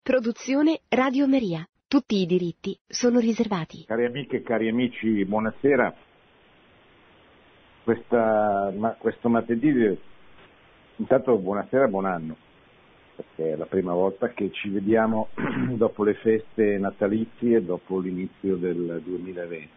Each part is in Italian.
Produzione Radio Maria. Tutti i diritti sono riservati. Cari amiche e cari amici, buonasera. Questo martedì, intanto buonasera e buon anno, perché è la prima volta che ci vediamo dopo le feste natalizie e dopo l'inizio del 2020.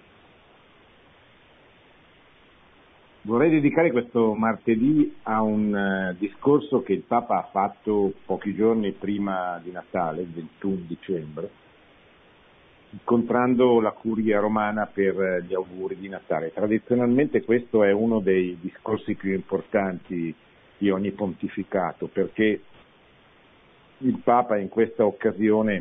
Vorrei dedicare questo martedì a un discorso che il Papa ha fatto pochi giorni prima di Natale, il 21 dicembre, incontrando la curia romana per gli auguri di Natale. Tradizionalmente questo è uno dei discorsi più importanti di ogni pontificato, perché il Papa in questa occasione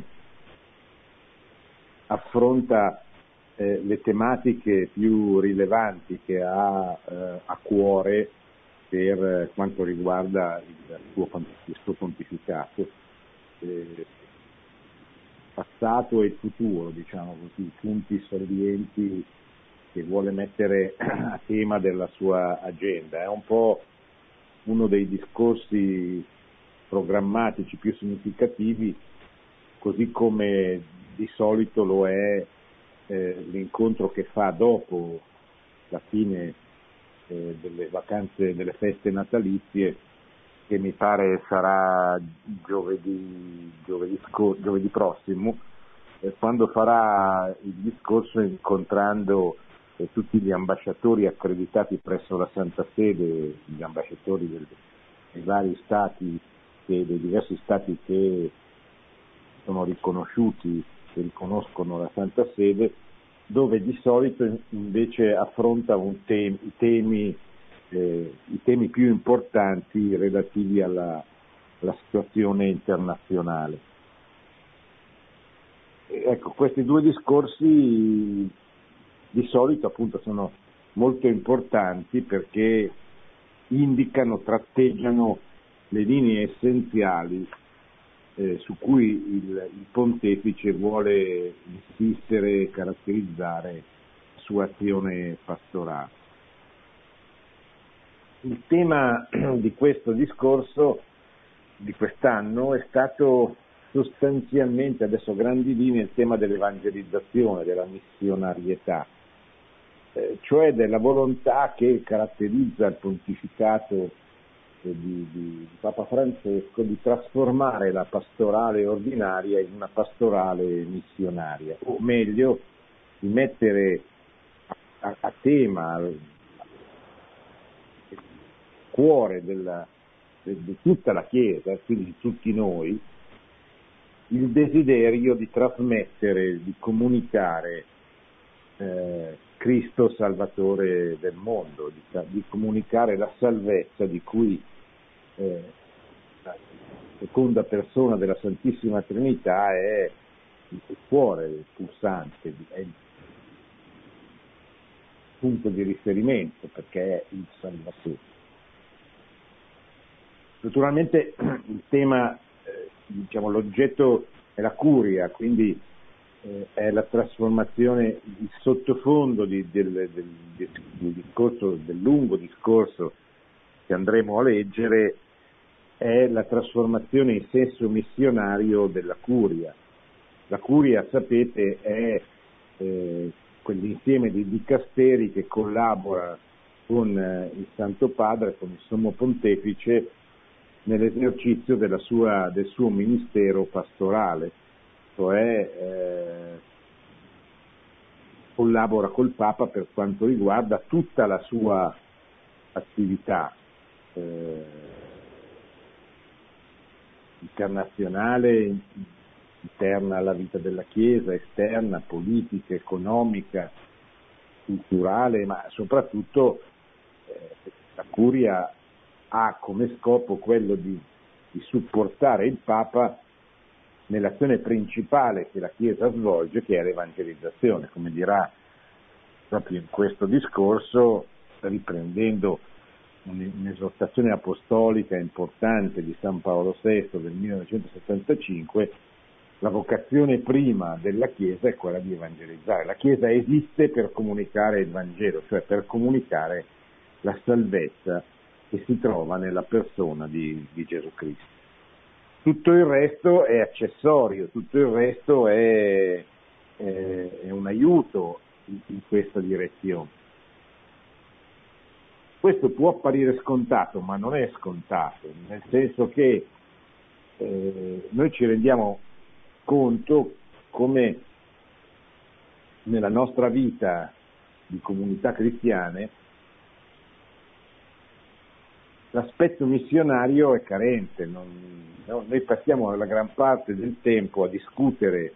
affronta le tematiche più rilevanti che ha a cuore per quanto riguarda il suo pontificato, passato e futuro, diciamo così, punti salienti che vuole mettere a tema della sua agenda. È un po' uno dei discorsi programmatici più significativi, così come di solito lo è l'incontro che fa dopo la fine delle vacanze, delle feste natalizie, che mi pare sarà giovedì prossimo, quando farà il discorso incontrando tutti gli ambasciatori accreditati presso la Santa Sede, gli ambasciatori dei vari stati, dei diversi stati che sono riconosciuti, che riconoscono la Santa Sede, dove di solito invece affronta i temi più importanti relativi alla situazione internazionale. Ecco, questi due discorsi di solito appunto sono molto importanti perché tratteggiano le linee essenziali su cui il pontefice vuole insistere e caratterizzare la sua azione pastorale. Il tema di questo discorso di quest'anno è stato sostanzialmente, adesso a grandi linee, il tema dell'evangelizzazione, della missionarietà, cioè della volontà che caratterizza il pontificato di Papa Francesco di trasformare la pastorale ordinaria in una pastorale missionaria, o meglio, di mettere a tema il cuore di tutta la Chiesa, quindi di tutti noi, il desiderio di trasmettere, di comunicare Cristo Salvatore del mondo, di comunicare la salvezza di cui la seconda persona della Santissima Trinità è il cuore, il pulsante, è il punto di riferimento, perché è il Salvatore. Naturalmente il tema, l'oggetto è la curia, quindi è la trasformazione, il sottofondo del lungo discorso che andremo a leggere è la trasformazione in senso missionario della curia. La curia, sapete, è quell'insieme di dicasteri che collabora con il Santo Padre, con il Sommo Pontefice, nell'esercizio del suo ministero pastorale, cioè collabora col Papa per quanto riguarda tutta la sua attività internazionale, interna alla vita della Chiesa, esterna, politica, economica, culturale, ma soprattutto la curia ha come scopo quello di supportare il Papa nell'azione principale che la Chiesa svolge, che è l'evangelizzazione, come dirà proprio in questo discorso, riprendendo un'esortazione apostolica importante di San Paolo VI del 1975, la vocazione prima della Chiesa è quella di evangelizzare. La Chiesa esiste per comunicare il Vangelo, cioè per comunicare la salvezza che si trova nella persona di Gesù Cristo. Tutto il resto è accessorio, tutto il resto è un aiuto in questa direzione. Questo può apparire scontato, ma non è scontato, nel senso che noi ci rendiamo conto come nella nostra vita di comunità cristiane l'aspetto missionario è carente. Noi passiamo la gran parte del tempo a discutere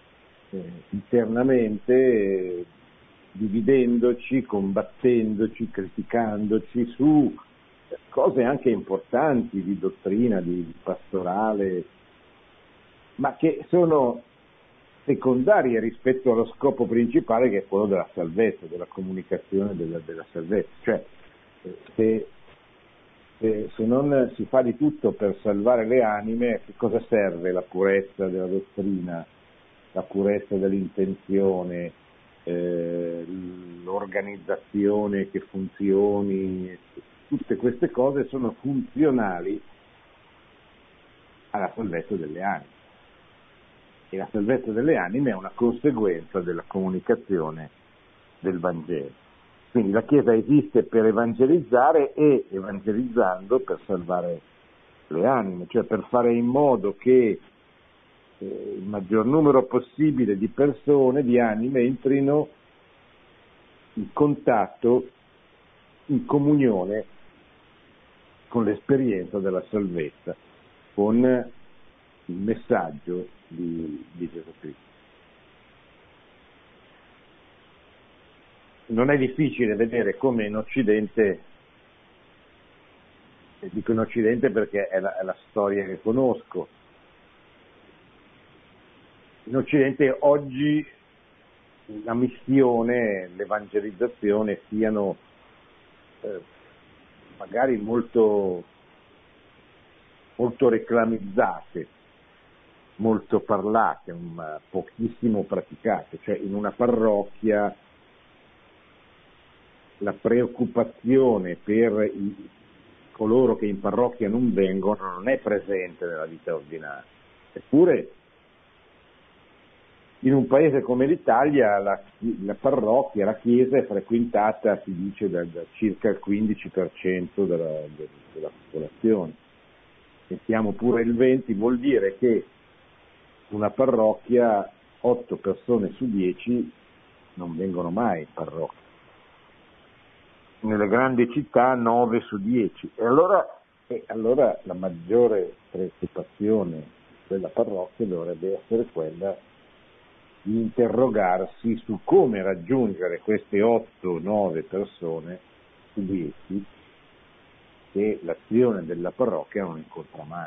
internamente, dividendoci, combattendoci, criticandoci su cose anche importanti di dottrina, di pastorale, ma che sono secondarie rispetto allo scopo principale, che è quello della salvezza, della comunicazione della salvezza. Cioè, se non si fa di tutto per salvare le anime, che cosa serve la purezza della dottrina, la purezza dell'intenzione, l'organizzazione che funzioni? Tutte queste cose sono funzionali alla salvezza delle anime, e la salvezza delle anime è una conseguenza della comunicazione del Vangelo. Quindi la Chiesa esiste per evangelizzare e, evangelizzando, per salvare le anime, cioè per fare in modo che il maggior numero possibile di persone, di anime, entrino in contatto, in comunione con l'esperienza della salvezza, con il messaggio di Gesù Cristo. Non è difficile vedere come in Occidente, e dico in Occidente perché è la storia che conosco, in Occidente oggi la missione, l'evangelizzazione siano magari molto, molto reclamizzate, molto parlate, ma pochissimo praticate. Cioè, in una parrocchia la preoccupazione per coloro che in parrocchia non vengono non è presente nella vita ordinaria. Eppure in un paese come l'Italia la parrocchia, la chiesa è frequentata, si dice, da circa il 15% della popolazione. Mettiamo pure il 20%, vuol dire che una parrocchia 8 persone su 10 non vengono mai in parrocchia. Nelle grandi città 9 su 10. E allora la maggiore preoccupazione della parrocchia dovrebbe essere quella di interrogarsi su come raggiungere queste 8-9 persone su 10 che l'azione della parrocchia non incontra mai.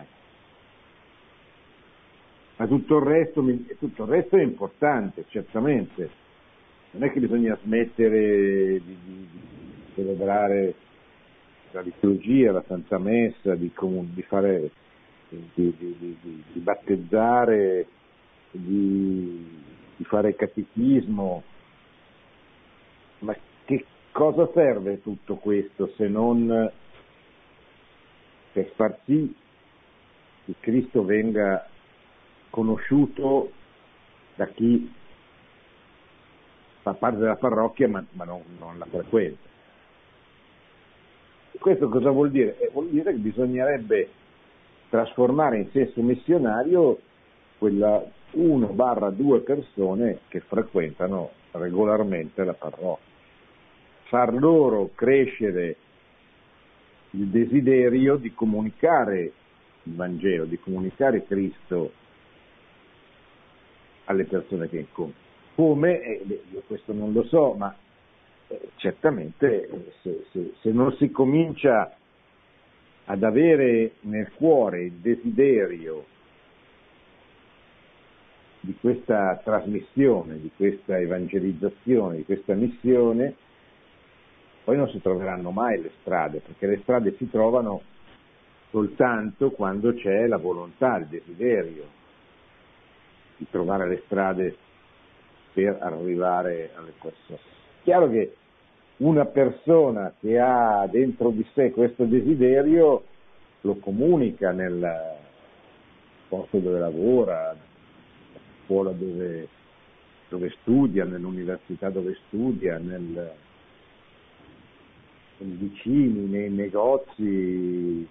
Ma tutto il resto è importante, certamente. Non è che bisogna smettere di celebrare la liturgia, la Santa Messa, di fare, di battezzare, di fare catechismo, ma che cosa serve tutto questo se non per far sì che Cristo venga conosciuto da chi fa parte della parrocchia ma non la frequenta? Questo cosa vuol dire? Vuol dire che bisognerebbe trasformare in senso missionario quella 1-2 persone che frequentano regolarmente la parrocchia, far loro crescere il desiderio di comunicare il Vangelo, di comunicare Cristo alle persone che incontrano. Come? Io questo non lo so, ma certamente se non si comincia ad avere nel cuore il desiderio di questa trasmissione, di questa evangelizzazione, di questa missione, poi non si troveranno mai le strade, perché le strade si trovano soltanto quando c'è la volontà, il desiderio di trovare le strade per arrivare alle persone. È chiaro che una persona che ha dentro di sé questo desiderio lo comunica posto dove lavora, nella scuola dove studia, nell'università dove studia, nei vicini, nei negozi,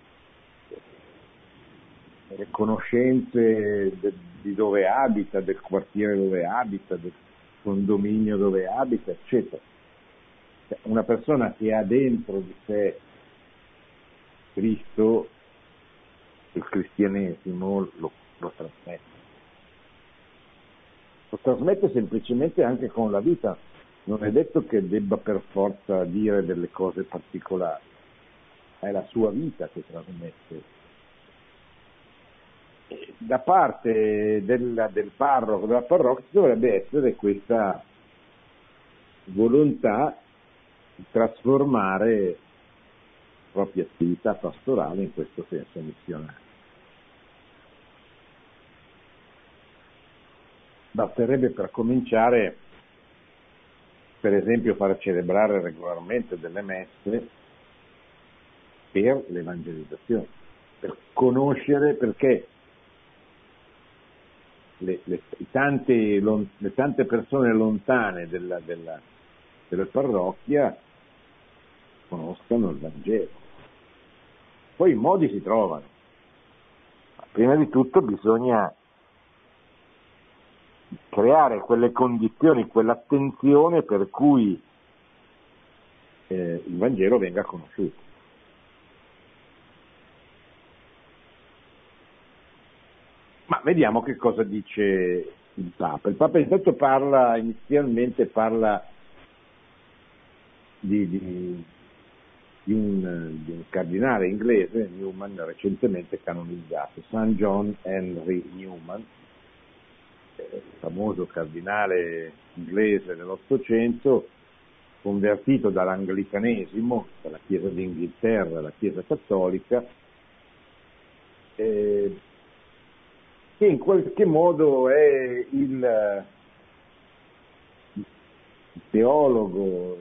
nelle conoscenze di dove abita, del quartiere dove abita, del condominio dove abita, eccetera. Una persona che ha dentro di sé Cristo, il cristianesimo, lo trasmette. Lo trasmette semplicemente anche con la vita. Non è detto che debba per forza dire delle cose particolari, è la sua vita che trasmette. Da parte del parroco, della parrocchia, dovrebbe essere questa volontà di trasformare la propria attività pastorale in questo senso missionario. Basterebbe per cominciare, per esempio, far celebrare regolarmente delle messe per l'evangelizzazione, per conoscere, perché le tante persone lontane della parrocchia conoscano il Vangelo. Poi i modi si trovano, ma prima di tutto bisogna creare quelle condizioni, quell'attenzione per cui il Vangelo venga conosciuto. Ma vediamo che cosa dice il Papa. Il Papa intanto inizialmente parla di un cardinale inglese, Newman, recentemente canonizzato, St. John Henry Newman, famoso cardinale inglese dell'Ottocento, convertito dall'anglicanesimo, dalla Chiesa d'Inghilterra alla Chiesa cattolica, che in qualche modo è il teologo,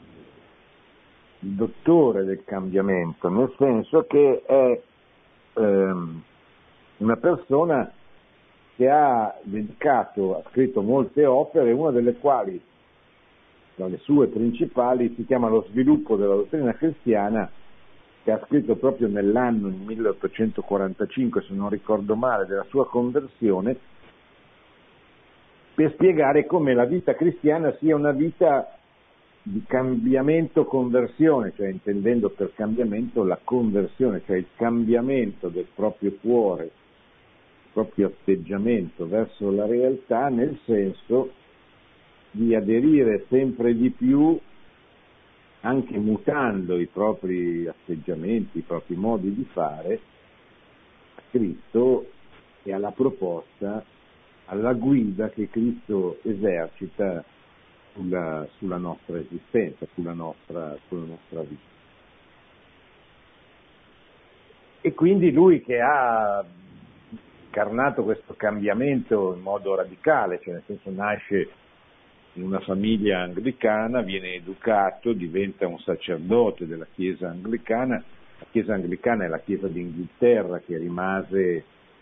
il dottore del cambiamento, nel senso che è una persona che ha scritto molte opere, una delle quali, tra le sue principali, si chiama Lo sviluppo della dottrina cristiana, che ha scritto proprio nell'anno 1845, se non ricordo male, della sua conversione, per spiegare come la vita cristiana sia una vita di cambiamento-conversione, cioè intendendo per cambiamento la conversione, cioè il cambiamento del proprio cuore, il proprio atteggiamento verso la realtà, nel senso di aderire sempre di più, anche mutando i propri atteggiamenti, i propri modi di fare, a Cristo e alla proposta, alla guida che Cristo esercita sulla nostra esistenza, sulla nostra vita. E quindi lui, che ha incarnato questo cambiamento in modo radicale, cioè nel senso nasce in una famiglia anglicana, viene educato, diventa un sacerdote della Chiesa anglicana. La Chiesa anglicana è la Chiesa d'Inghilterra che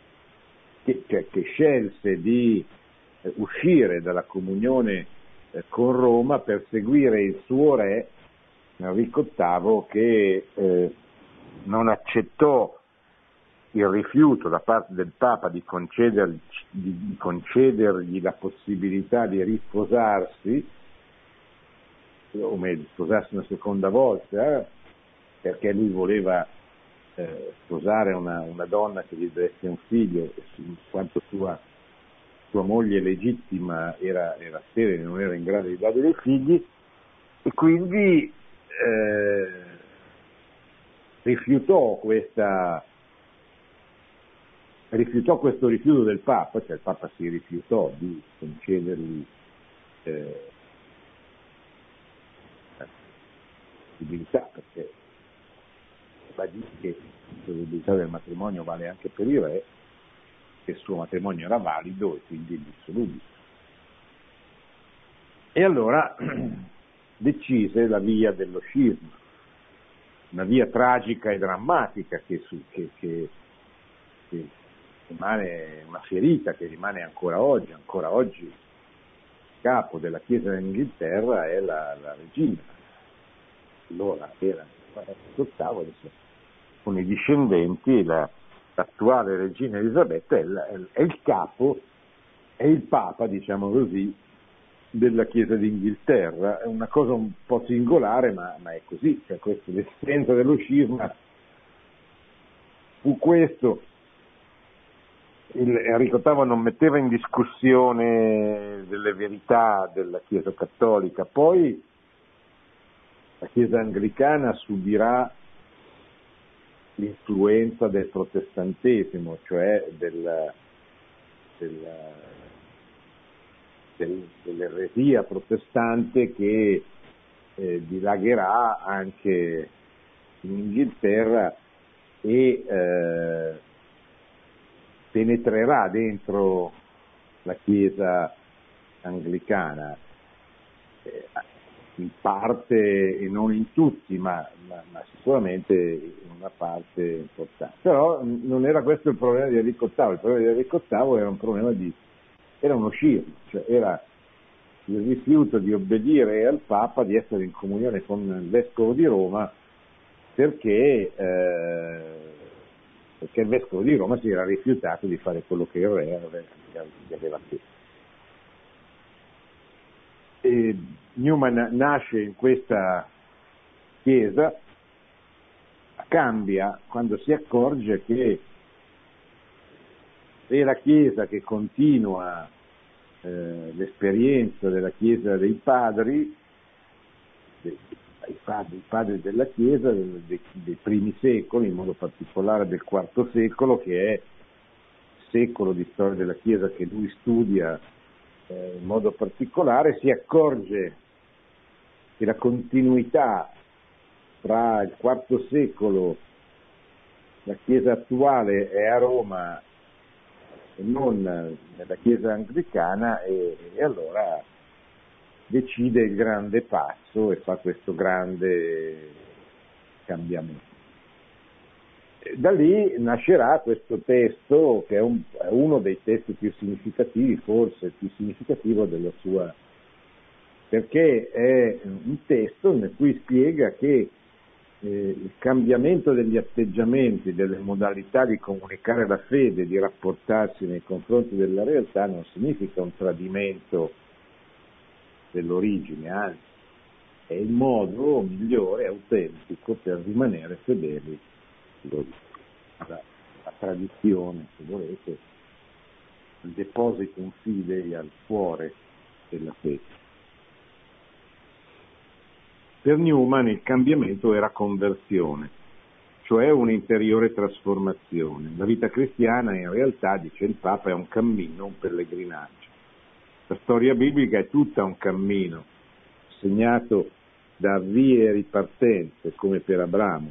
scelse di uscire dalla comunione con Roma per seguire il suo re Enrico VIII, che non accettò il rifiuto da parte del Papa di concedergli la possibilità di risposarsi, o meglio, di sposarsi una seconda volta, perché lui voleva sposare una donna che gli desse un figlio, in quanto sua moglie legittima era sterile, non era in grado di dare dei figli, e quindi rifiutò questo rifiuto del Papa, cioè il Papa si rifiutò di concedergli la possibilità, perché va dire che la possibilità del matrimonio vale anche per il re, che il suo matrimonio era valido e quindi indissolubile. E allora decise la via dello scisma, una via tragica e drammatica che rimane una ferita che rimane ancora oggi. Ancora oggi il capo della Chiesa d'Inghilterra è la regina. Allora era l'ottavo, adesso con i discendenti l'attuale regina Elisabetta è il capo, è il Papa, diciamo così, della Chiesa d'Inghilterra. È una cosa un po' singolare, ma è così, cioè l'esistenza dello scisma fu questo. Enrico VIII non metteva in discussione delle verità della Chiesa cattolica, poi la Chiesa anglicana subirà l'influenza del protestantesimo, cioè dell'eresia protestante che dilagherà anche in Inghilterra e penetrerà dentro la Chiesa anglicana, in parte e non in tutti, ma sicuramente in una parte importante. Però non era questo il problema di Enrico VIII, il problema di Enrico VIII era un problema era uno scisma, cioè era il rifiuto di obbedire al Papa, di essere in comunione con il Vescovo di Roma, perché il Vescovo di Roma si era rifiutato di fare quello che il Re gli aveva chiesto. E Newman nasce in questa chiesa, cambia quando si accorge che è la Chiesa che continua l'esperienza della Chiesa dei padri, i padri della Chiesa dei primi secoli, in modo particolare del IV secolo, che è il secolo di storia della Chiesa che lui studia in modo particolare. Si accorge che la continuità tra il IV secolo, la Chiesa attuale, è a Roma e non nella Chiesa anglicana, e allora decide il grande passo e fa questo grande cambiamento. Da lì nascerà questo testo, che è uno dei testi più significativi, forse il più significativo della sua, perché è un testo in cui spiega che il cambiamento degli atteggiamenti, delle modalità di comunicare la fede, di rapportarsi nei confronti della realtà, non significa un tradimento dell'origine, anzi è il modo migliore, autentico, per rimanere fedeli alla tradizione, se volete, al depositum fidei, al cuore della fede. Per Newman il cambiamento era conversione, cioè un'interiore trasformazione. La vita cristiana in realtà, dice il Papa, è un cammino, un pellegrinaggio. La storia biblica è tutta un cammino, segnato da avvii e ripartenze, come per Abramo,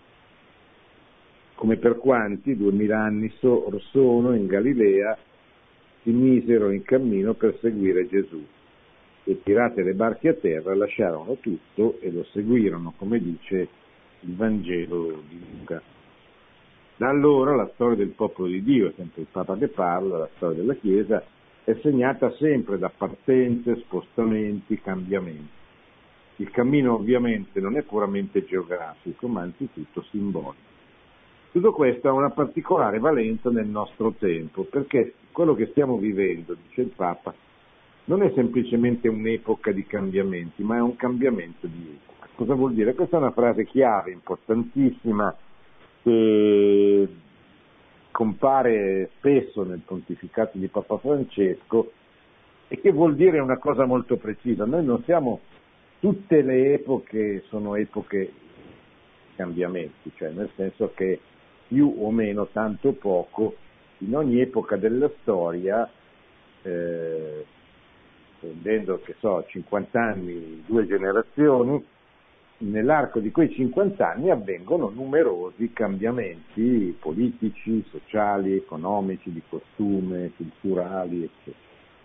come per quanti 2000 anni or sono in Galilea si misero in cammino per seguire Gesù e, tirate le barche a terra, lasciarono tutto e lo seguirono, come dice il Vangelo di Luca. Da allora la storia del popolo di Dio, è sempre il Papa che parla, la storia della Chiesa, è segnata sempre da partenze, spostamenti, cambiamenti. Il cammino ovviamente non è puramente geografico, ma anzitutto simbolico. Tutto questo ha una particolare valenza nel nostro tempo, perché quello che stiamo vivendo, dice il Papa, non è semplicemente un'epoca di cambiamenti, ma è un cambiamento di epoca. Cosa vuol dire? Questa è una frase chiave, importantissima, che compare spesso nel pontificato di Papa Francesco e che vuol dire una cosa molto precisa. Noi non siamo, tutte le epoche sono epoche di cambiamenti, cioè nel senso che più o meno, tanto o poco, in ogni epoca della storia, prendendo, 50 anni, 2 generazioni, nell'arco di quei 50 anni avvengono numerosi cambiamenti politici, sociali, economici, di costume, culturali, eccetera.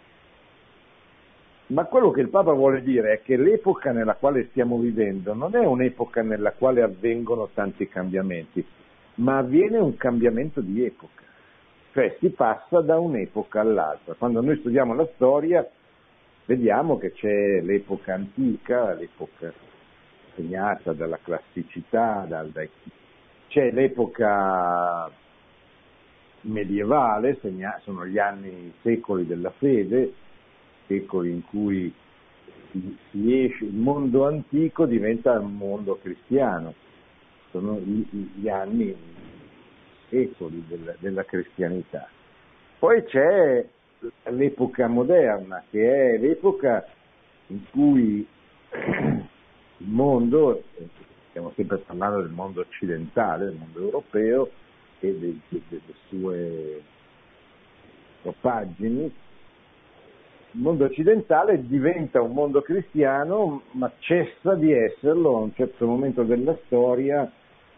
Ma quello che il Papa vuole dire è che l'epoca nella quale stiamo vivendo non è un'epoca nella quale avvengono tanti cambiamenti, ma avviene un cambiamento di epoca. cioè si passa da un'epoca all'altra. Quando noi studiamo la storia vediamo che c'è l'epoca antica, l'epoca segnata dalla classicità, c'è l'epoca medievale, sono gli anni, secoli della fede, secoli in cui si esce, il mondo antico diventa un mondo cristiano, sono gli anni, secoli della cristianità. Poi c'è l'epoca moderna, che è l'epoca in cui il mondo, stiamo sempre parlando del mondo occidentale, del mondo europeo e delle sue propaggini, il mondo occidentale diventa un mondo cristiano, ma cessa di esserlo a un certo momento della storia,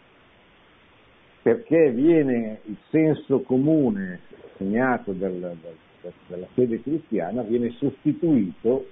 perché viene il senso comune segnato dalla fede cristiana, viene sostituito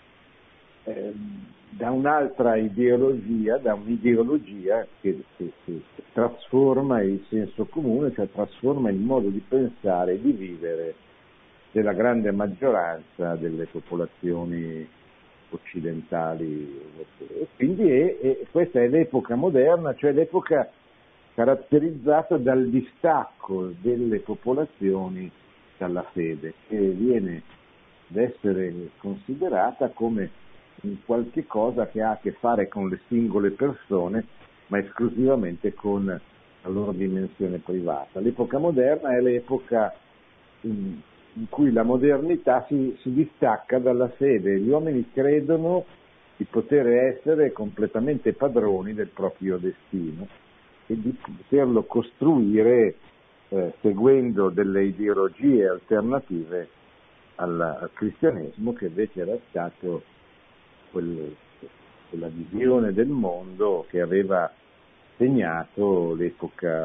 da un'altra ideologia, da un'ideologia che trasforma il senso comune, cioè trasforma il modo di pensare e di vivere della grande maggioranza delle popolazioni occidentali europee. E quindi questa è l'epoca moderna, cioè l'epoca caratterizzata dal distacco delle popolazioni dalla fede, che viene ad essere considerata come un qualche cosa che ha a che fare con le singole persone, ma esclusivamente con la loro dimensione privata. L'epoca moderna è l'epoca in cui la modernità si distacca dalla fede, gli uomini credono di poter essere completamente padroni del proprio destino e di poterlo costruire seguendo delle ideologie alternative al cristianesimo, che invece era stato quella visione del mondo che aveva segnato l'epoca,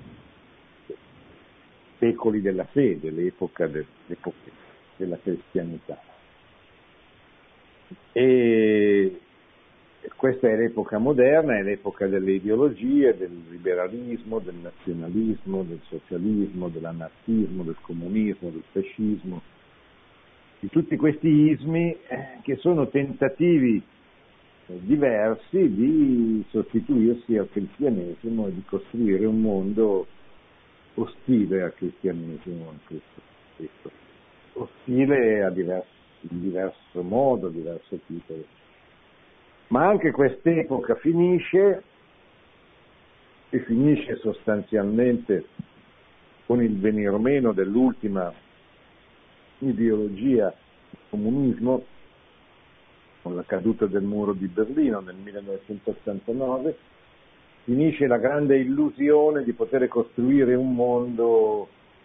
secoli della fede, l'epoca della cristianità. E questa è l'epoca moderna, è l'epoca delle ideologie, del liberalismo, del nazionalismo, del socialismo, dell'anarchismo, del comunismo, del fascismo, di tutti questi ismi che sono tentativi diversi di sostituirsi al cristianesimo e di costruire un mondo ostile al cristianesimo, ostile in diverso modo, diverso titolo. Ma anche quest'epoca finisce, e finisce sostanzialmente con il venir meno dell'ultima ideologia, il comunismo, con la caduta del muro di Berlino nel 1989, finisce la grande illusione di poter costruire un mondo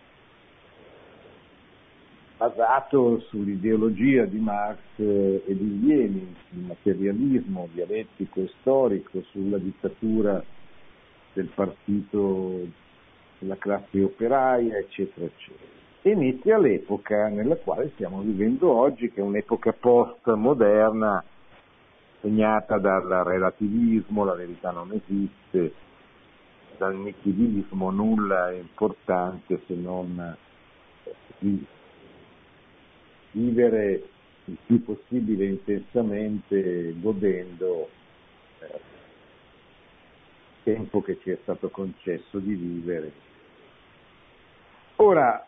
basato sull'ideologia di Marx e di Lenin, sul materialismo dialettico e storico, sulla dittatura del partito della classe operaia, eccetera, eccetera. Inizia l'epoca nella quale stiamo vivendo oggi, che è un'epoca post-moderna, segnata dal relativismo, la verità non esiste, dal nichilismo, nulla è importante se non vivere il più possibile intensamente, godendo il tempo che ci è stato concesso di vivere. Ora,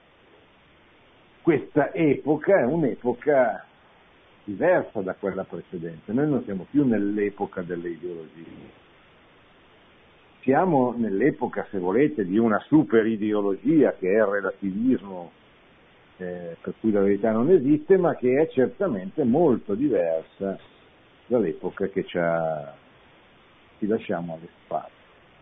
questa epoca è un'epoca diversa da quella precedente. Noi non siamo più nell'epoca delle ideologie. Siamo nell'epoca, se volete, di una super ideologia che è il relativismo, per cui la verità non esiste, ma che è certamente molto diversa dall'epoca che ci lasciamo alle spalle.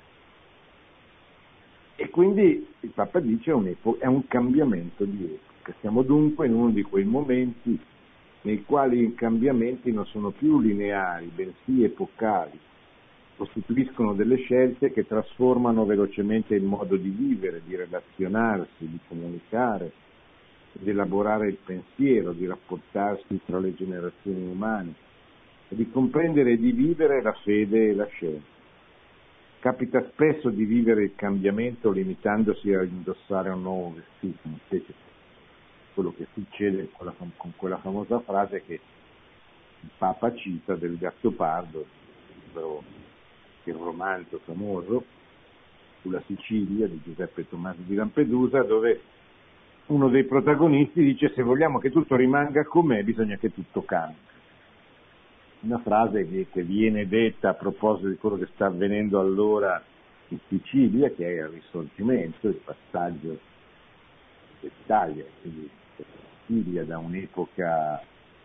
E quindi il Papa dice è un cambiamento di epoca. Siamo dunque in uno di quei momenti nei quali i cambiamenti non sono più lineari, bensì epocali, costituiscono delle scelte che trasformano velocemente il modo di vivere, di relazionarsi, di comunicare, di elaborare il pensiero, di rapportarsi tra le generazioni umane, e di comprendere e di vivere la fede e la scienza. capita spesso di vivere il cambiamento limitandosi a indossare un nuovo vestito, invece quello che succede con quella famosa frase che il Papa cita del Gattopardo, il romanzo famoso sulla Sicilia di Giuseppe Tommaso di Lampedusa, dove uno dei protagonisti dice: se vogliamo che tutto rimanga com'è, bisogna che tutto cambi. Una frase che viene detta a proposito di quello che sta avvenendo allora in Sicilia, che è il Risorgimento, il passaggio dell'Italia, quindi Sicilia da un'epoca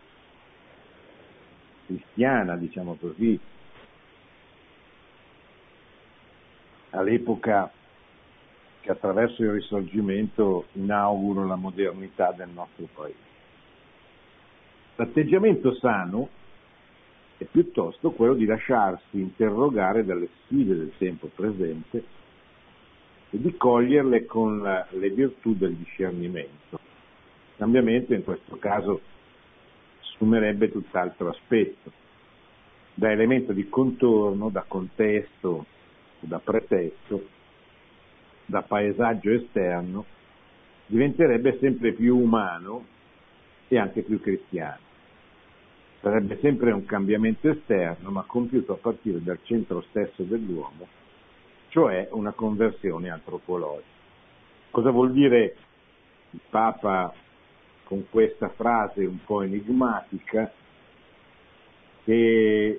cristiana, diciamo così, all'epoca che attraverso il Risorgimento inaugura la modernità del nostro paese. L'atteggiamento sano è piuttosto quello di lasciarsi interrogare dalle sfide del tempo presente e di coglierle con le virtù del discernimento. Il cambiamento in questo caso assumerebbe tutt'altro aspetto. Da elemento di contorno, da contesto, da pretesto, da paesaggio esterno, diventerebbe sempre più umano e anche più cristiano. Sarebbe sempre un cambiamento esterno, ma compiuto a partire dal centro stesso dell'uomo, cioè una conversione antropologica. Cosa vuol dire il Papa con questa frase un po' enigmatica che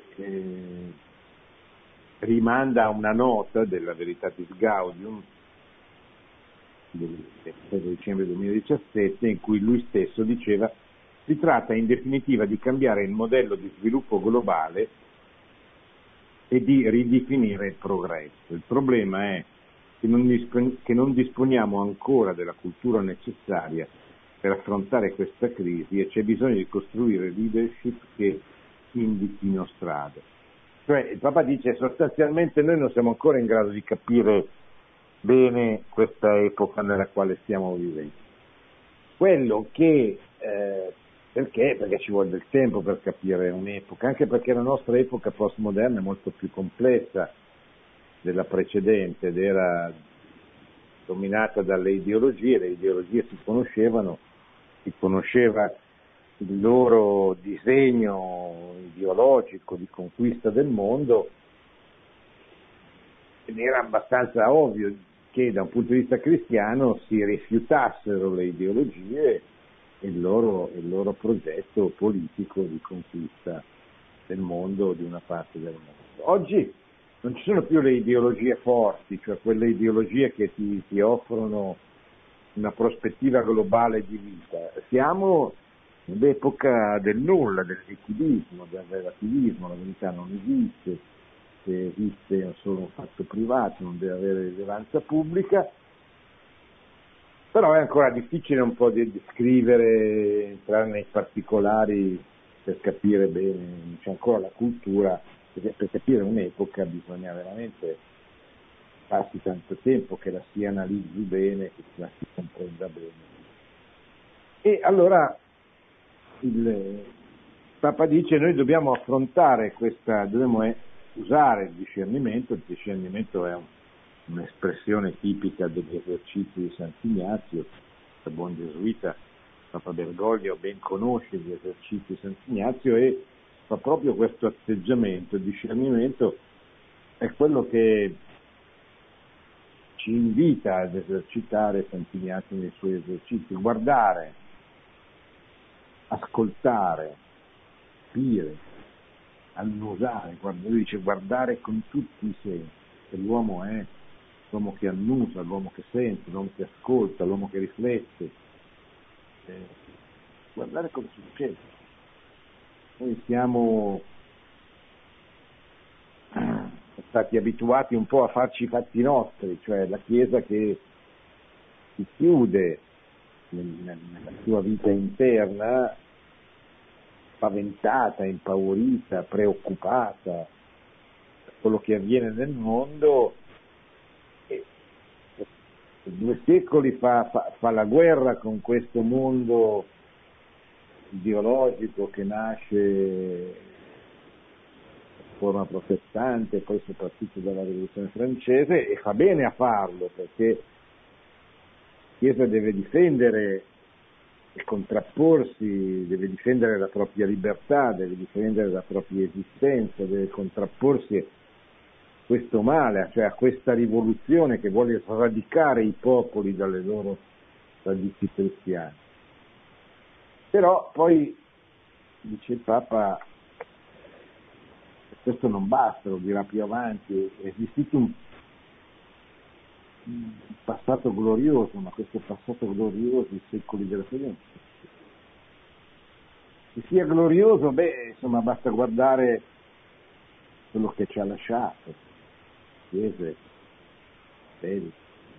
rimanda a una nota della Veritatis Gaudium del 7 dicembre 2017, in cui lui stesso diceva: si tratta in definitiva di cambiare il modello di sviluppo globale e di ridefinire il progresso. Il problema è che non disponiamo ancora della cultura necessaria per affrontare questa crisi e c'è bisogno di costruire leadership che indichino strade. Cioè il Papa dice sostanzialmente noi non siamo ancora in grado di capire bene questa epoca nella quale stiamo vivendo. Quello che perché ci vuole del tempo per capire un'epoca, anche perché la nostra epoca postmoderna è molto più complessa della precedente ed era dominata dalle ideologie, le ideologie si conoscevano, si conosceva il loro disegno ideologico di conquista del mondo ed era abbastanza ovvio che da un punto di vista cristiano si rifiutassero le ideologie e il loro progetto politico di conquista del mondo, di una parte del mondo. Oggi non ci sono più le ideologie forti, cioè quelle ideologie che ti offrono una prospettiva globale di vita. Siamo nell'epoca del nulla, del liquidismo, del relativismo, la verità non esiste, se esiste è solo un fatto privato, non deve avere rilevanza pubblica, però è ancora difficile un po' di descrivere, entrare nei particolari per capire bene, c'è ancora la cultura, perché per capire un'epoca bisogna veramente passi tanto tempo che la si analizzi bene, che la si comprenda bene. E allora il Papa dice noi dobbiamo affrontare dobbiamo usare il discernimento è un'espressione tipica degli esercizi di Sant'Ignazio, il buon gesuita Papa Bergoglio ben conosce gli esercizi di Sant'Ignazio e fa proprio questo atteggiamento, il discernimento è quello che ci invita ad esercitare Sant'Ignazio nei suoi esercizi, guardare, ascoltare, capire, annusare, lui dice guardare con tutti i sensi, che l'uomo è l'uomo che annusa, l'uomo che sente, l'uomo che ascolta, l'uomo che riflette, guardare cosa succede. Noi siamo stati abituati un po' a farci i fatti nostri, cioè la Chiesa che si chiude nella sua vita interna, spaventata, impaurita, preoccupata per quello che avviene nel mondo, e 2 secoli fa la guerra con questo mondo ideologico che nasce forma protestante, poi soprattutto dalla Rivoluzione francese, e fa bene a farlo, perché la Chiesa deve difendere e contrapporsi, deve difendere la propria libertà, deve difendere la propria esistenza, deve contrapporsi a questo male, cioè a questa rivoluzione che vuole sradicare i popoli dalle loro radici cristiane. Però poi, dice il Papa, questo non basta, lo dirà più avanti, è esistito un passato glorioso, ma questo passato glorioso, i secoli della fede, che sia glorioso, insomma, basta guardare quello che ci ha lasciato, chiese, fedi,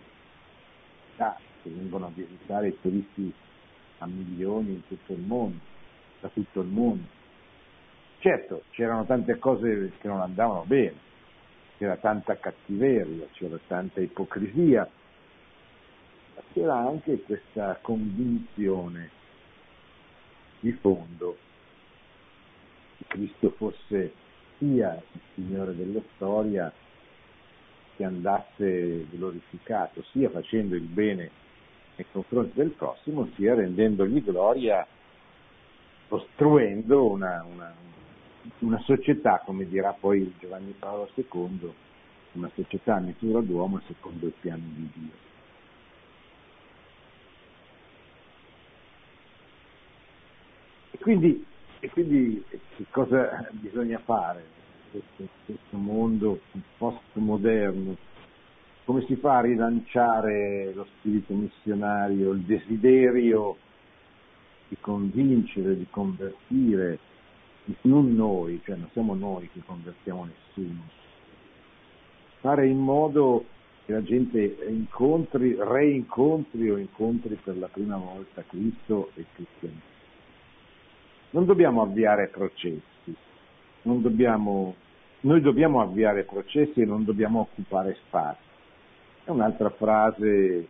che vengono a visitare i turisti a milioni in tutto il mondo, da tutto il mondo. Certo, c'erano tante cose che non andavano bene, c'era tanta cattiveria, c'era tanta ipocrisia, ma c'era anche questa convinzione di fondo che Cristo fosse sia il Signore della storia, che andasse glorificato, sia facendo il bene nei confronti del prossimo, sia rendendogli gloria, costruendo una società, come dirà poi Giovanni Paolo II, una società a misura d'uomo secondo il piano di Dio. E quindi che cosa bisogna fare in questo mondo postmoderno? Come si fa a rilanciare lo spirito missionario, il desiderio di convincere, di convertire, non noi, cioè non siamo noi che convertiamo nessuno, fare in modo che la gente reincontri o incontri per la prima volta Cristo e il cristianesimo. Non dobbiamo avviare processi, noi dobbiamo avviare processi e non dobbiamo occupare spazi. È un'altra frase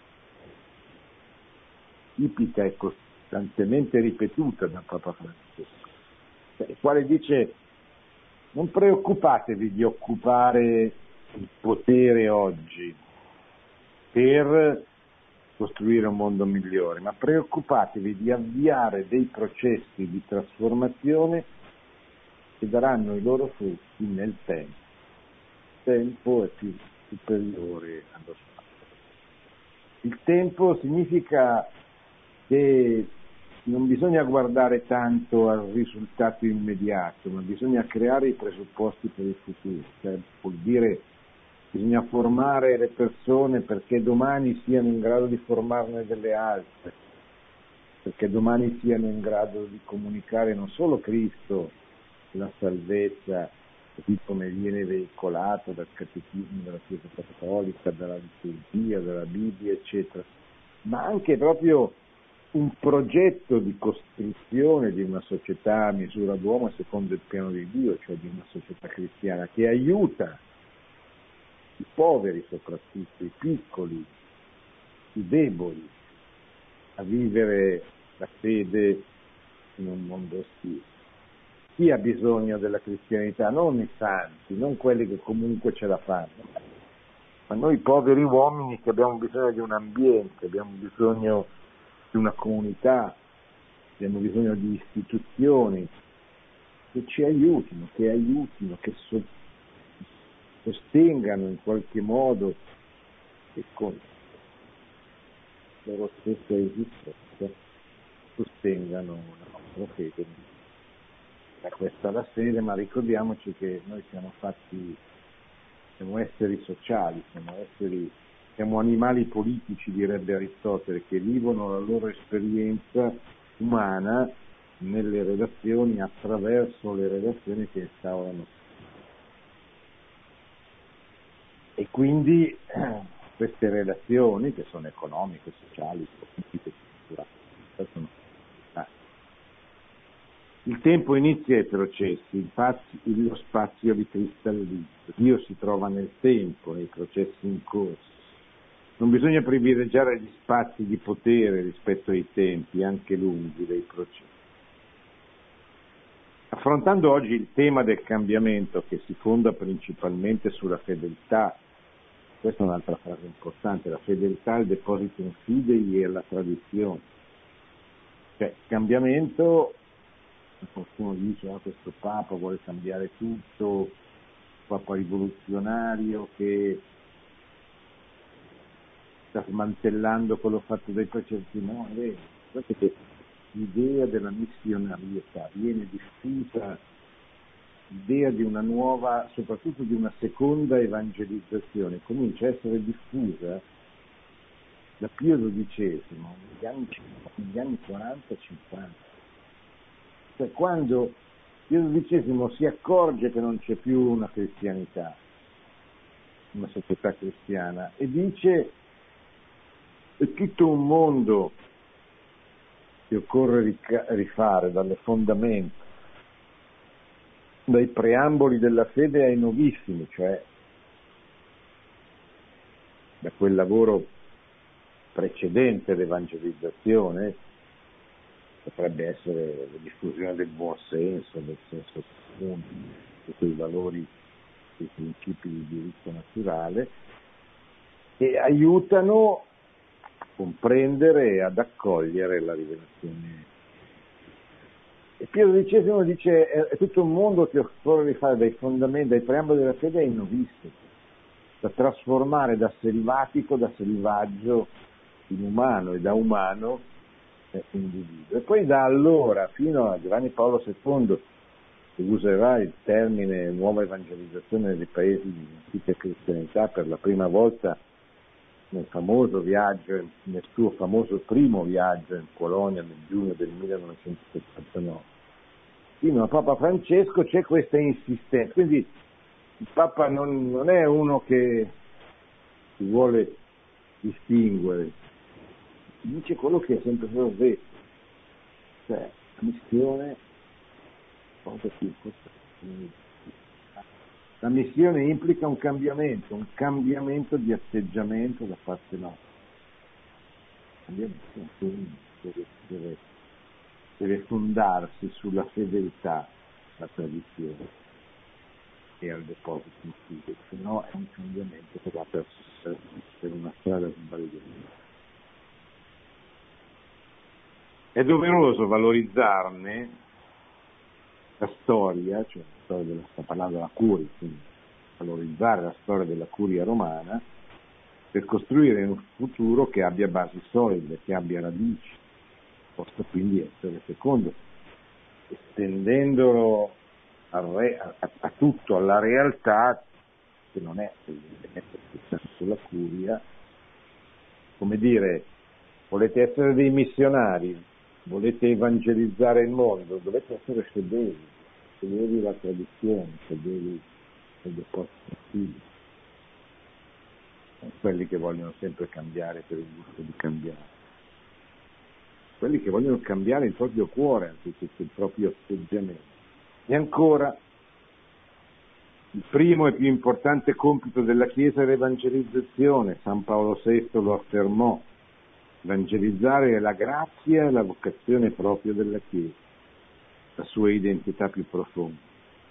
tipica e costantemente ripetuta da Papa Francesco, il quale dice: non preoccupatevi di occupare il potere oggi per costruire un mondo migliore, ma preoccupatevi di avviare dei processi di trasformazione che daranno i loro frutti nel tempo. Il tempo è più superiore allo spazio. Il tempo significa che non bisogna guardare tanto al risultato immediato, ma bisogna creare i presupposti per il futuro, cioè vuol dire bisogna formare le persone perché domani siano in grado di formarne delle altre, perché domani siano in grado di comunicare non solo Cristo, la salvezza, così come viene veicolato dal catechismo della Chiesa Cattolica, dalla liturgia, dalla Bibbia, eccetera, ma anche proprio un progetto di costruzione di una società a misura d'uomo secondo il piano di Dio, cioè di una società cristiana che aiuta i poveri, soprattutto i piccoli, i deboli, a vivere la fede in un mondo ostile. Chi ha bisogno della cristianità? Non i santi, non quelli che comunque ce la fanno, ma noi poveri uomini che abbiamo bisogno di un ambiente, abbiamo bisogno di una comunità, abbiamo bisogno di istituzioni che ci aiutino, che sostengano in qualche modo e con la loro stessa esistenza sostengano la nostra fede. Questa è la fede, ma ricordiamoci che noi siamo esseri sociali, siamo animali politici, direbbe Aristotele, che vivono la loro esperienza umana nelle relazioni, attraverso le relazioni che instaurano. E quindi queste relazioni, che sono economiche, sociali, politiche, culturali, il tempo inizia i processi, lo spazio li cristallizza, Dio si trova nel tempo, nei processi in corso. Non bisogna privilegiare gli spazi di potere rispetto ai tempi, anche lunghi, dei processi. La Affrontando oggi il tema del cambiamento che si fonda principalmente sulla fedeltà, questa è un'altra frase importante, la fedeltà al depositum fidei e alla tradizione. Cioè, cambiamento, qualcuno dice questo Papa vuole cambiare tutto, Papa rivoluzionario che sta smantellando quello fatto dai precetti, no, è vero. Guardate che l'idea della missionarietà viene diffusa, l'idea di una nuova, soprattutto di una seconda evangelizzazione, comincia a essere diffusa da Pio XII, negli anni 40-50. Cioè quando Pio XII si accorge che non c'è più una cristianità, una società cristiana, e dice è tutto un mondo che occorre rifare dalle fondamenta, dai preamboli della fede ai novissimi, cioè da quel lavoro precedente all'evangelizzazione, potrebbe essere la diffusione del buon senso, del senso comune, di quei valori, dei principi di diritto naturale, e aiutano a comprendere e ad accogliere la rivelazione. E Pio XII dice è tutto un mondo che occorre rifare dai fondamenti, dai preamboli della fede ai novissimi, da trasformare da selvatico, da selvaggio in umano e da umano in individuo. E poi da allora fino a Giovanni Paolo II, che userà il termine nuova evangelizzazione dei paesi di antica cristianità per la prima volta nel famoso viaggio, nel suo famoso primo viaggio in Polonia nel giugno del 1979. Fino a Papa Francesco c'è questa insistenza, quindi il Papa non è uno che si vuole distinguere, dice quello che è sempre stato detto, cioè la missione, cosa più importante. La missione implica un cambiamento di atteggiamento da parte nostra. Deve fondarsi sulla fedeltà alla tradizione e al deposito antico, se no è un cambiamento che va per una strada sbagliata. È doveroso valorizzarne la storia, cioè la storia sta parlando della curia, quindi valorizzare la storia della curia romana per costruire un futuro che abbia basi solide, che abbia radici, possa quindi essere fecondo, estendendolo a tutto, alla realtà, che non è evidentemente soltanto la curia. Come dire, volete essere dei missionari, volete evangelizzare il mondo, dovete essere fedeli alla tradizione, fedeli ai depositi antichi. Quelli che vogliono sempre cambiare per il gusto di cambiare, quelli che vogliono cambiare il proprio cuore anziché il proprio atteggiamento. E ancora, il primo e più importante compito della Chiesa è l'evangelizzazione. San Paolo VI lo affermò: evangelizzare è la grazia e la vocazione propria della Chiesa, la sua identità più profonda.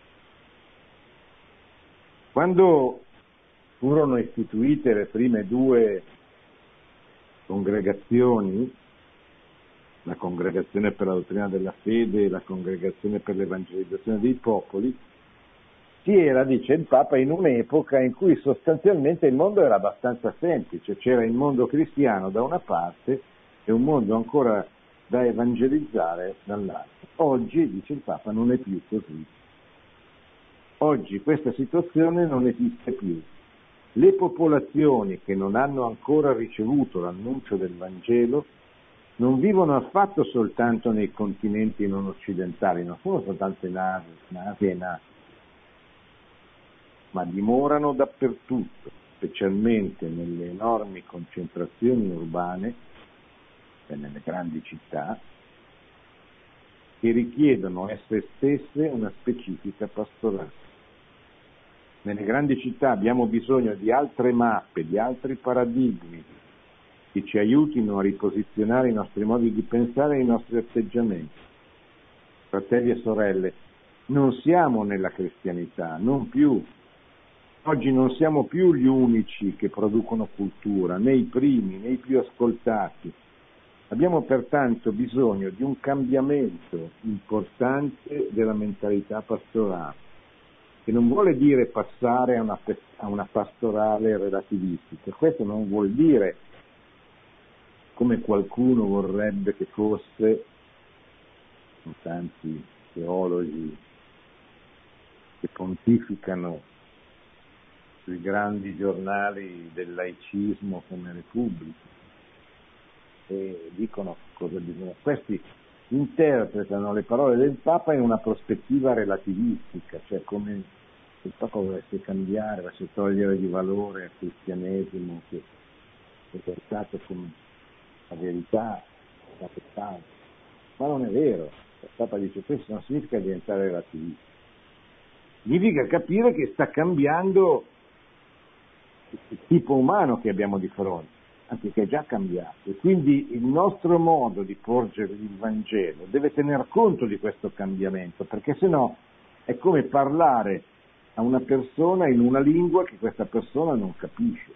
Quando furono istituite le prime due congregazioni, la Congregazione per la dottrina della fede e la Congregazione per l'evangelizzazione dei popoli, si era, dice il Papa, in un'epoca in cui sostanzialmente il mondo era abbastanza semplice, c'era il mondo cristiano da una parte e un mondo ancora da evangelizzare dall'altra. Oggi, dice il Papa, non è più così. Oggi questa situazione non esiste più. Le popolazioni che non hanno ancora ricevuto l'annuncio del Vangelo non vivono affatto soltanto nei continenti non occidentali, non sono soltanto in Asia e in Africa, ma dimorano dappertutto, specialmente nelle enormi concentrazioni urbane e nelle grandi città, che richiedono esse stesse una specifica pastorale. Nelle grandi città abbiamo bisogno di altre mappe, di altri paradigmi che ci aiutino a riposizionare i nostri modi di pensare e i nostri atteggiamenti. Fratelli e sorelle, non siamo nella cristianità, non più. Oggi non siamo più gli unici che producono cultura, né i primi, né i più ascoltati. Abbiamo pertanto bisogno di un cambiamento importante della mentalità pastorale, che non vuole dire passare a una pastorale relativistica. Questo non vuol dire, come qualcuno vorrebbe che fosse, con tanti teologi che pontificano sui grandi giornali del laicismo come Repubblica e dicono cosa bisogna. Questi interpretano le parole del Papa in una prospettiva relativistica, cioè come se il Papa volesse cambiare, volesse togliere di valore al cristianesimo che è portato come la verità, la peccato. Ma non è vero, il Papa dice questo non significa diventare relativisti, significa capire che sta cambiando il tipo umano che abbiamo di fronte, anzi che è già cambiato, e quindi il nostro modo di porgere il Vangelo deve tener conto di questo cambiamento, perché sennò è come parlare a una persona in una lingua che questa persona non capisce.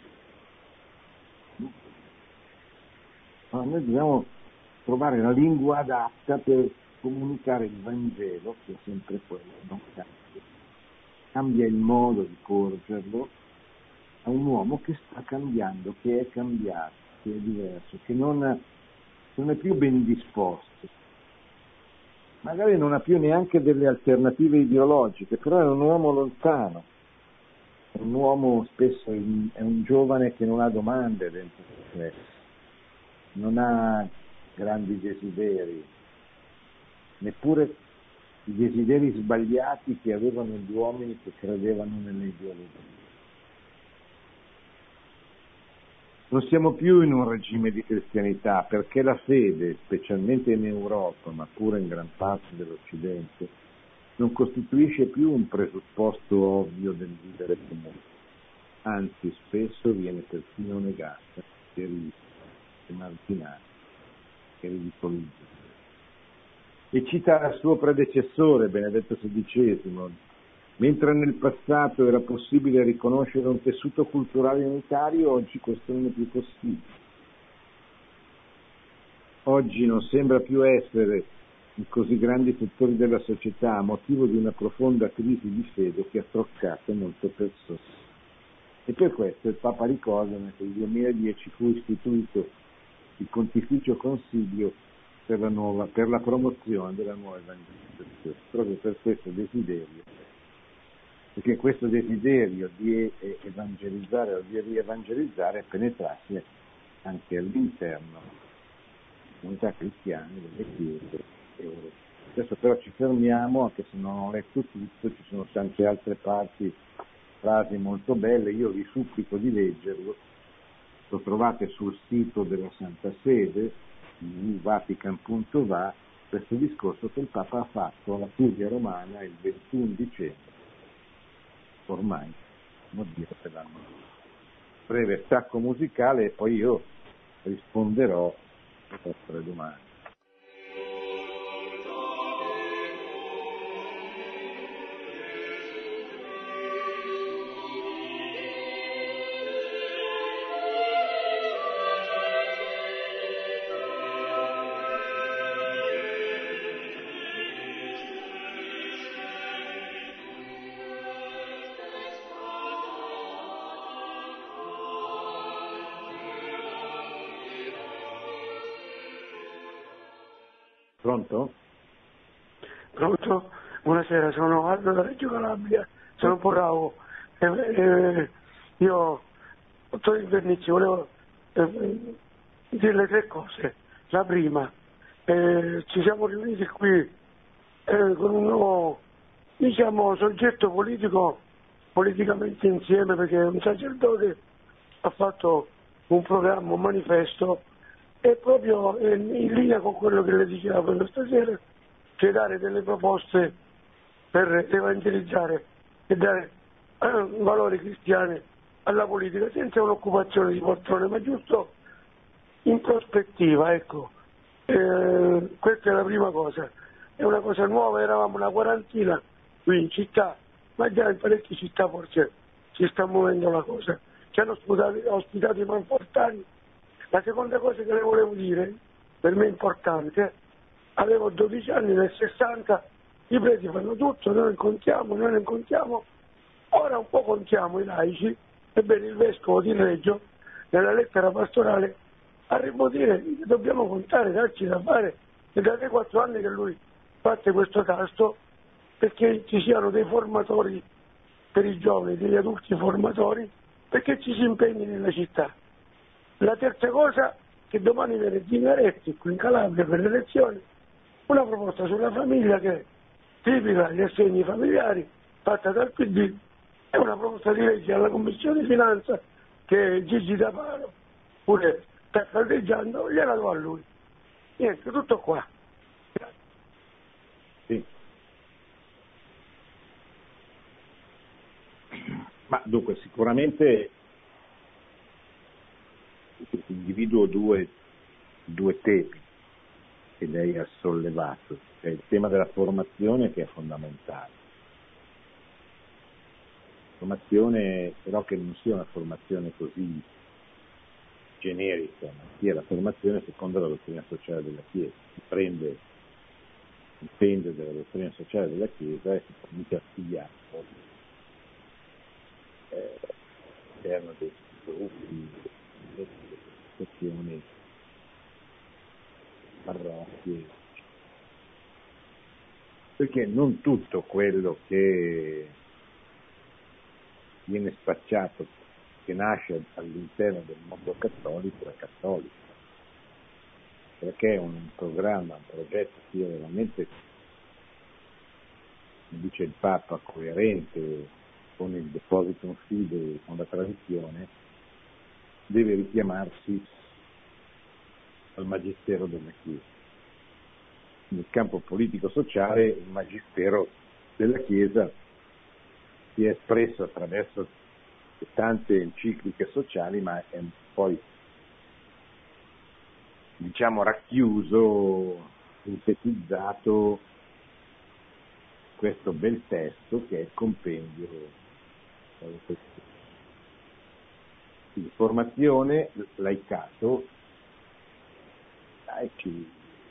Ma noi dobbiamo trovare la lingua adatta per comunicare il Vangelo, che è sempre quello, non cambia. Cambia il modo di porgerlo a un uomo che sta cambiando, che è cambiato, che è diverso, che non è più ben disposto, magari non ha più neanche delle alternative ideologiche, però è un uomo lontano, è un uomo spesso, è un giovane che non ha domande dentro di sé, non ha grandi desideri, neppure i desideri sbagliati che avevano gli uomini che credevano nelle ideologie. Non siamo più in un regime di cristianità, perché la fede, specialmente in Europa, ma pure in gran parte dell'Occidente, non costituisce più un presupposto ovvio del vivere comune, anzi spesso viene persino negata, emarginata e ridicolizzata. E cita il suo predecessore, Benedetto XVI, mentre nel passato era possibile riconoscere un tessuto culturale unitario, oggi questo non è più possibile. Oggi non sembra più essere in così grandi settori della società a motivo di una profonda crisi di fede che ha toccato molte persone. E per questo il Papa ricorda che nel 2010 fu istituito il Pontificio Consiglio per la promozione della nuova evangelizzazione, proprio per questo desiderio, perché questo desiderio di evangelizzare o di rievangelizzare penetrasse anche all'interno delle comunità cristiane, delle chiese europee. Adesso però ci fermiamo, anche se non ho letto tutto, ci sono tante altre frasi molto belle, io vi supplico di leggerlo, lo trovate sul sito della Santa Sede, vatican.va, questo discorso che il Papa ha fatto alla Curia Romana il 21 dicembre, ormai, non dire per l'anno. Breve stacco musicale e poi io risponderò alle vostre domande. Pronto? Pronto? Buonasera, sono Aldo da Reggio Calabria, sono un po' rauco. Io, dottor Invernizzi, volevo dirle tre cose. La prima, ci siamo riuniti qui con un nuovo, soggetto politico, politicamente insieme, perché un sacerdote ha fatto un programma, un manifesto, e proprio in linea con quello che le dicevo questa stasera, cioè dare delle proposte per evangelizzare e dare valori cristiani alla politica, senza un'occupazione di poltrone, ma giusto in prospettiva, ecco. Questa è la prima cosa, è una cosa nuova, eravamo una quarantina qui in città, ma già in parecchie città forse si sta muovendo la cosa. Ci hanno ospitato i manfortani. La seconda cosa che le volevo dire, per me importante, avevo 12 anni nel 60, i preti fanno tutto, noi non contiamo, ora un po' contiamo i laici. Ebbene il vescovo di Reggio, nella lettera pastorale, arrivo a dire che dobbiamo contare, darci da fare, e da 4 anni che lui parte questo tasto, perché ci siano dei formatori per i giovani, degli adulti formatori, perché ci si impegni nella città. La terza cosa, che domani viene Zingaretti qui in Calabria per le elezioni, una proposta sulla famiglia che è tipica degli assegni familiari, fatta dal PD, è una proposta di legge alla Commissione Finanza che Gigi D'Aparo pure sta caldeggiando, gliela do a lui. Niente, tutto qua. Sì. Ma dunque, sicuramente individuo due temi che lei ha sollevato. C'è il tema della formazione, che è fondamentale. Formazione, però, che non sia una formazione così generica, ma sia la formazione secondo la dottrina sociale della Chiesa. Si prende il pende della dottrina sociale della Chiesa e si comincia a studiare all'interno dei gruppi, delle associazioni, parrocchie, perché non tutto quello che viene spacciato, che nasce all'interno del mondo cattolico, è cattolico, perché è un programma, un progetto sia veramente, come dice il Papa, coerente con il Depositum Fidei, con la tradizione, deve richiamarsi al Magistero della Chiesa. Nel campo politico-sociale il Magistero della Chiesa si è espresso attraverso tante encicliche sociali, ma è poi, diciamo, racchiuso, sintetizzato questo bel testo che è il compendio delle questioni. Quindi formazione, laicato, laici,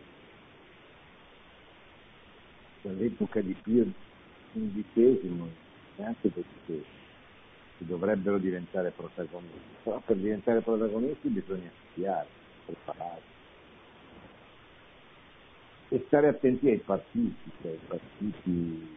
dall'epoca di Pio XI, neanche perché si dovrebbero diventare protagonisti, però per diventare protagonisti bisogna studiare, prepararsi e stare attenti ai partiti, cioè i partiti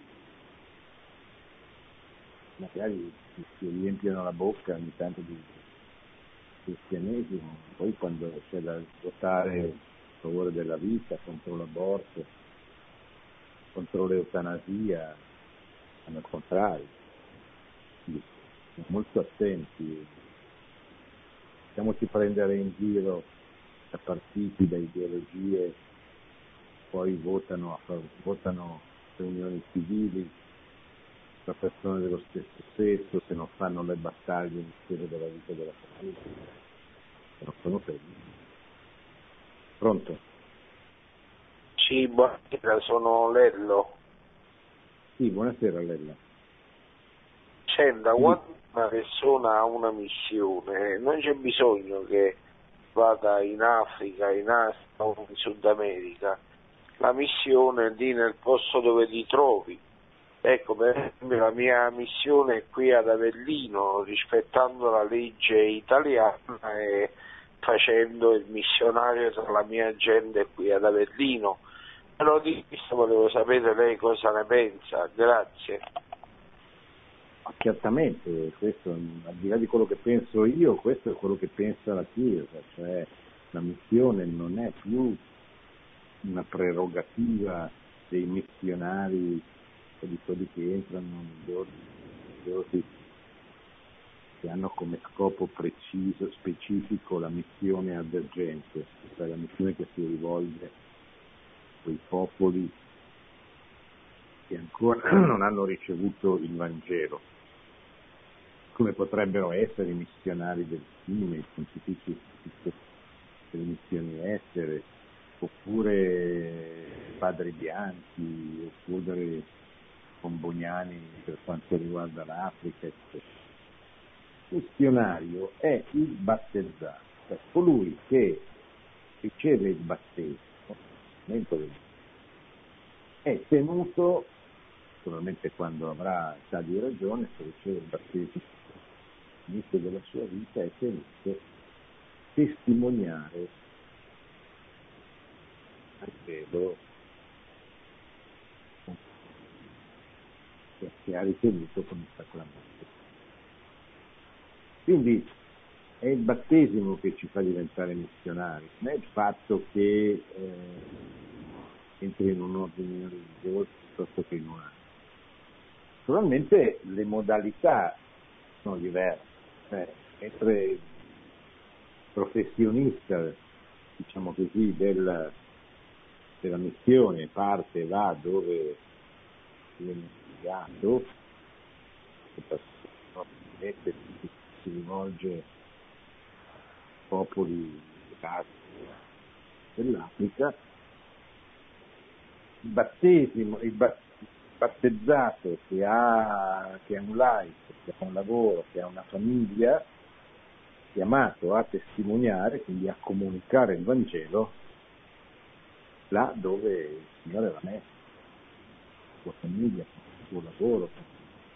magari si riempiono la bocca ogni tanto di cristianesimo, poi quando c'è da votare a favore della vita, contro l'aborto, contro l'eutanasia, fanno il contrario. Quindi molto attenti, facciamoci prendere in giro da partiti, da ideologie, poi votano per unioni civili, tra persone dello stesso sesso, se non fanno le battaglie in sede della vita della famiglia, non sono felici. Pronto? Sì, buonasera, sono Lello. Sì, buonasera Lella. Senta, quando una persona ha una missione, non c'è bisogno che vada in Africa, in Asia o in Sud America. La missione è lì nel posto dove ti trovi. Ecco, per esempio la mia missione è qui ad Avellino, rispettando la legge italiana e facendo il missionario tra la mia gente qui ad Avellino. Però di questo volevo sapere lei cosa ne pensa. Grazie. Certamente, questo, al di là di quello che penso io, questo è quello che pensa la Chiesa, cioè la missione non è più una prerogativa dei missionari o di quelli che entrano negli ordini che hanno come scopo preciso, specifico la missione advergente, cioè la missione che si rivolge a quei popoli che ancora non hanno ricevuto il Vangelo, come potrebbero essere i missionari del Sime, i pontifici delle missioni estere, oppure padri bianchi, oppure con Bognani per quanto riguarda l'Africa, eccetera. Il missionario è il battezzato, cioè colui che riceve il battesimo, è tenuto, naturalmente quando avrà età di ragione, se riceve il battesimo all'inizio della sua vita, è tenuto a testimoniare al cielo che ha ricevuto con il sacramento. Quindi è il battesimo che ci fa diventare missionari, non è il fatto che entri in un ordine religioso piuttosto che in un altro. Naturalmente le modalità sono diverse, mentre il professionista, diciamo così, della missione parte là dove viene inviato, si rivolge a popoli dell'Africa, il battesimo, il battezzato che ha un life, che ha un lavoro, che ha una famiglia, chiamato a testimoniare, quindi a comunicare il Vangelo là dove il Signore l'ha messo, la sua famiglia, il suo lavoro, la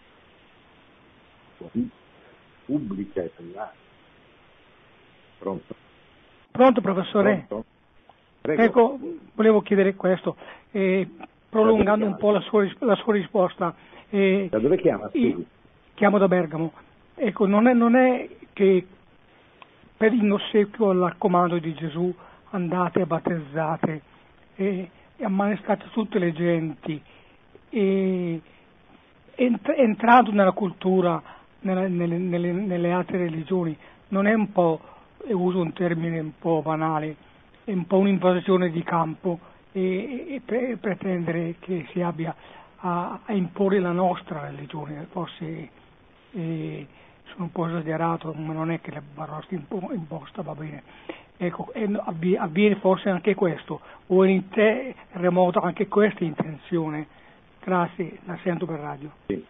sua vita pubblica e privata. Pronto? Pronto, professore? Pronto? Prego. Ecco, volevo chiedere questo, prolungando un po' la sua risposta. Da dove chiama? Chiamo da Bergamo. Ecco, non è che per in ossequio al comando di Gesù andate e battezzate e ammanestate tutte le genti, e entrando nella cultura, nelle altre religioni, non è un po', e uso un termine un po' banale, è un po' un'invasione di campo e pretendere che si abbia a imporre la nostra religione. Forse sono un po' esagerato, ma non è che la Barrosti imposta, va bene. Ecco, avviene forse anche questo, o in te remota anche questa intenzione. Grazie, la sento per radio. Sì.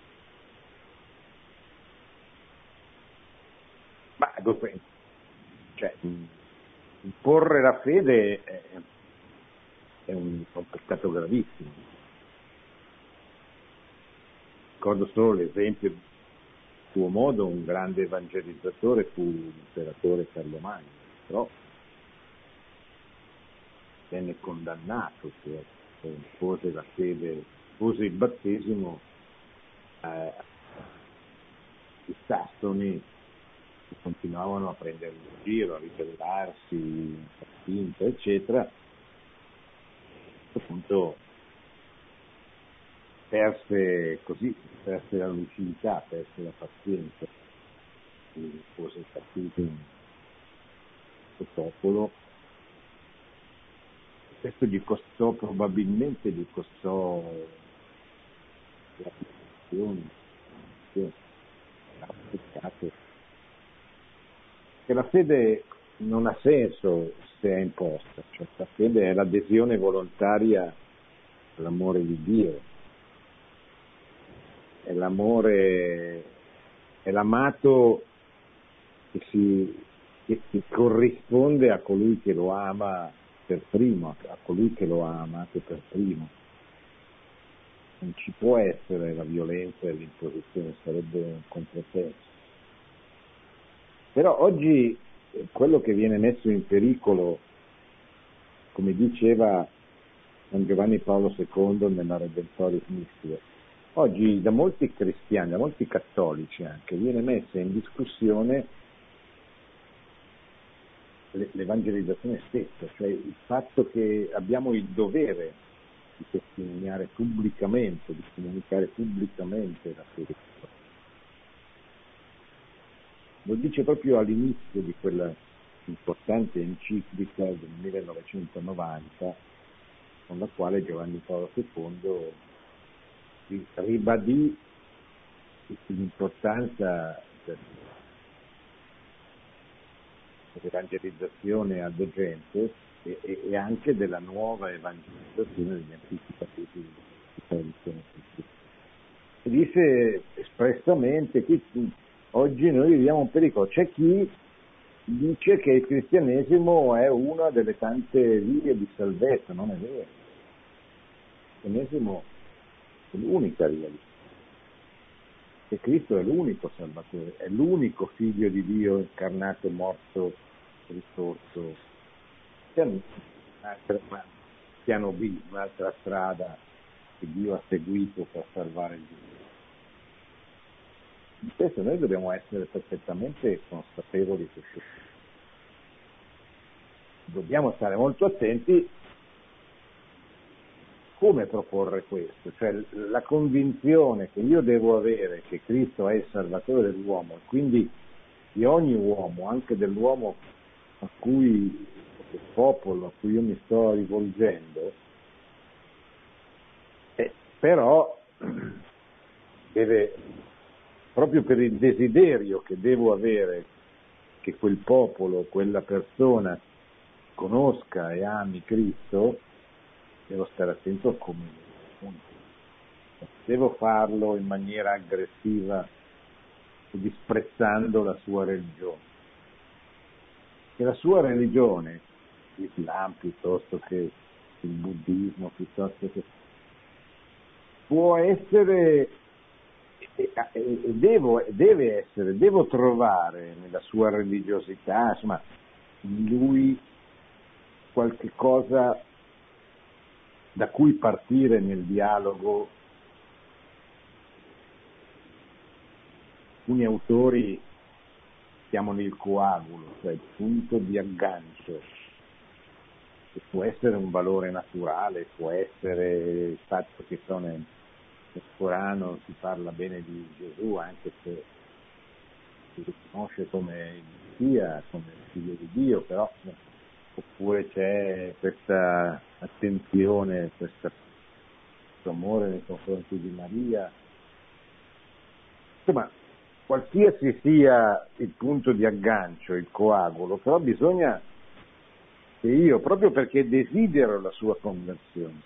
Ma dunque, imporre la fede è un peccato gravissimo. Ricordo solo l'esempio, a suo modo, un grande evangelizzatore fu l'imperatore Carlo Magno, però venne condannato, cioè impose la fede, impose il battesimo ai sassoni che continuavano a prendere in giro, a ribellarsi, eccetera. A questo punto perse la lucidità, perse la pazienza, impose il battesimo al popolo. Questo probabilmente gli costò la posizione, che la fede non ha senso se è imposta, cioè la fede è l'adesione volontaria all'amore di Dio, è l'amore, è l'amato che corrisponde a colui che lo ama per primo, a colui che lo ha amato per primo. Non ci può essere la violenza e l'imposizione, sarebbe un controsenso. Però oggi quello che viene messo in pericolo, come diceva San Giovanni Paolo II nella Redemptoris Missio, oggi da molti cristiani, da molti cattolici anche, viene messa in discussione l'evangelizzazione stessa, cioè il fatto che abbiamo il dovere di testimoniare pubblicamente, di comunicare pubblicamente la fede. Lo dice proprio all'inizio di quella importante enciclica del 1990, con la quale Giovanni Paolo II ribadì l'importanza dell'evangelizzazione ad gente e anche della nuova evangelizzazione degli antichi partiti di tradizione cristiana. dice espressamente che oggi noi viviamo un pericolo. C'è chi dice che il cristianesimo è una delle tante vie di salvezza, non è vero. Il cristianesimo è l'unica via di salvezza. E Cristo è l'unico Salvatore, è l'unico figlio di Dio incarnato, morto, risorto. C'è piano B, un'altra strada che Dio ha seguito per salvare il mondo. Di questo noi dobbiamo essere perfettamente consapevoli di questo. Dobbiamo stare molto attenti come proporre questo, cioè la convinzione che io devo avere che Cristo è il Salvatore dell'uomo e quindi di ogni uomo, anche dell'uomo a cui, del popolo a cui io mi sto rivolgendo, però deve, proprio per il desiderio che devo avere che quel popolo, quella persona conosca e ami Cristo, devo stare attento a come devo farlo in maniera aggressiva e disprezzando la sua religione. Che la sua religione, l'Islam piuttosto che il buddismo, piuttosto che può essere devo trovare nella sua religiosità, insomma, in lui qualche cosa da cui partire nel dialogo. Alcuni autori chiamano il coagulo, cioè il punto di aggancio, che può essere un valore naturale, può essere il fatto che nel Corano si parla bene di Gesù, anche se si riconosce come il Messia, come il figlio di Dio, però oppure c'è questa attenzione, questo amore nei confronti di Maria. Insomma, qualsiasi sia il punto di aggancio, il coagulo, però bisogna che io, proprio perché desidero la sua conversione,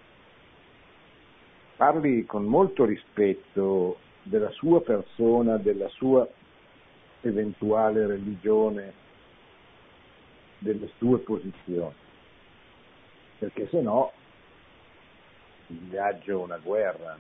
parli con molto rispetto della sua persona, della sua eventuale religione, delle sue posizioni, perché se no il viaggio è una guerra,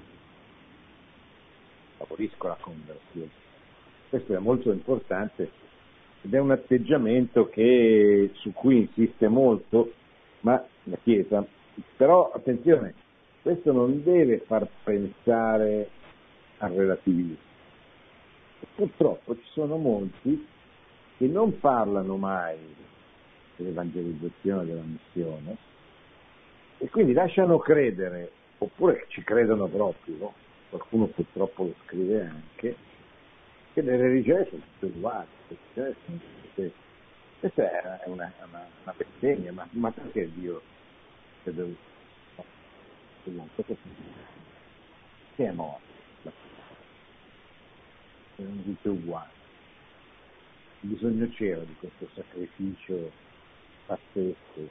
favorisco la conversione. Questo è molto importante ed è un atteggiamento su cui insiste molto, ma la Chiesa. Però attenzione, questo non deve far pensare al relativismo. Purtroppo ci sono molti che non parlano mai dell'evangelizzazione, della missione, e quindi lasciano credere, oppure ci credono proprio, no? Qualcuno purtroppo lo scrive anche, che le religioni sono tutte uguali. Questa è una bestemmia, ma perché Dio è dovuto? Che è morto? Sono tutte uguali. Il bisogno c'era di questo sacrificio pazzesco.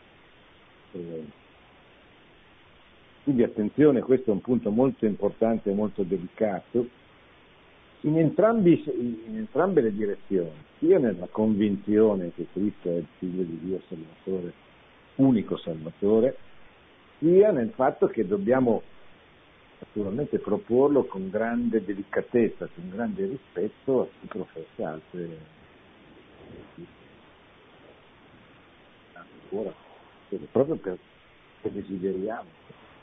Quindi attenzione, questo è un punto molto importante e molto delicato in entrambe le direzioni, sia nella convinzione che Cristo è il figlio di Dio Salvatore, unico Salvatore, sia nel fatto che dobbiamo naturalmente proporlo con grande delicatezza, con grande rispetto a chi professa altre ancora, proprio perché desideriamo.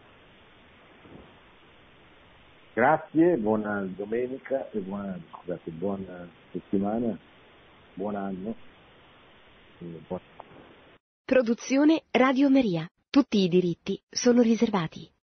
Grazie, buona domenica e buona settimana, buon anno. Produzione Radio Maria. Tutti i diritti sono riservati.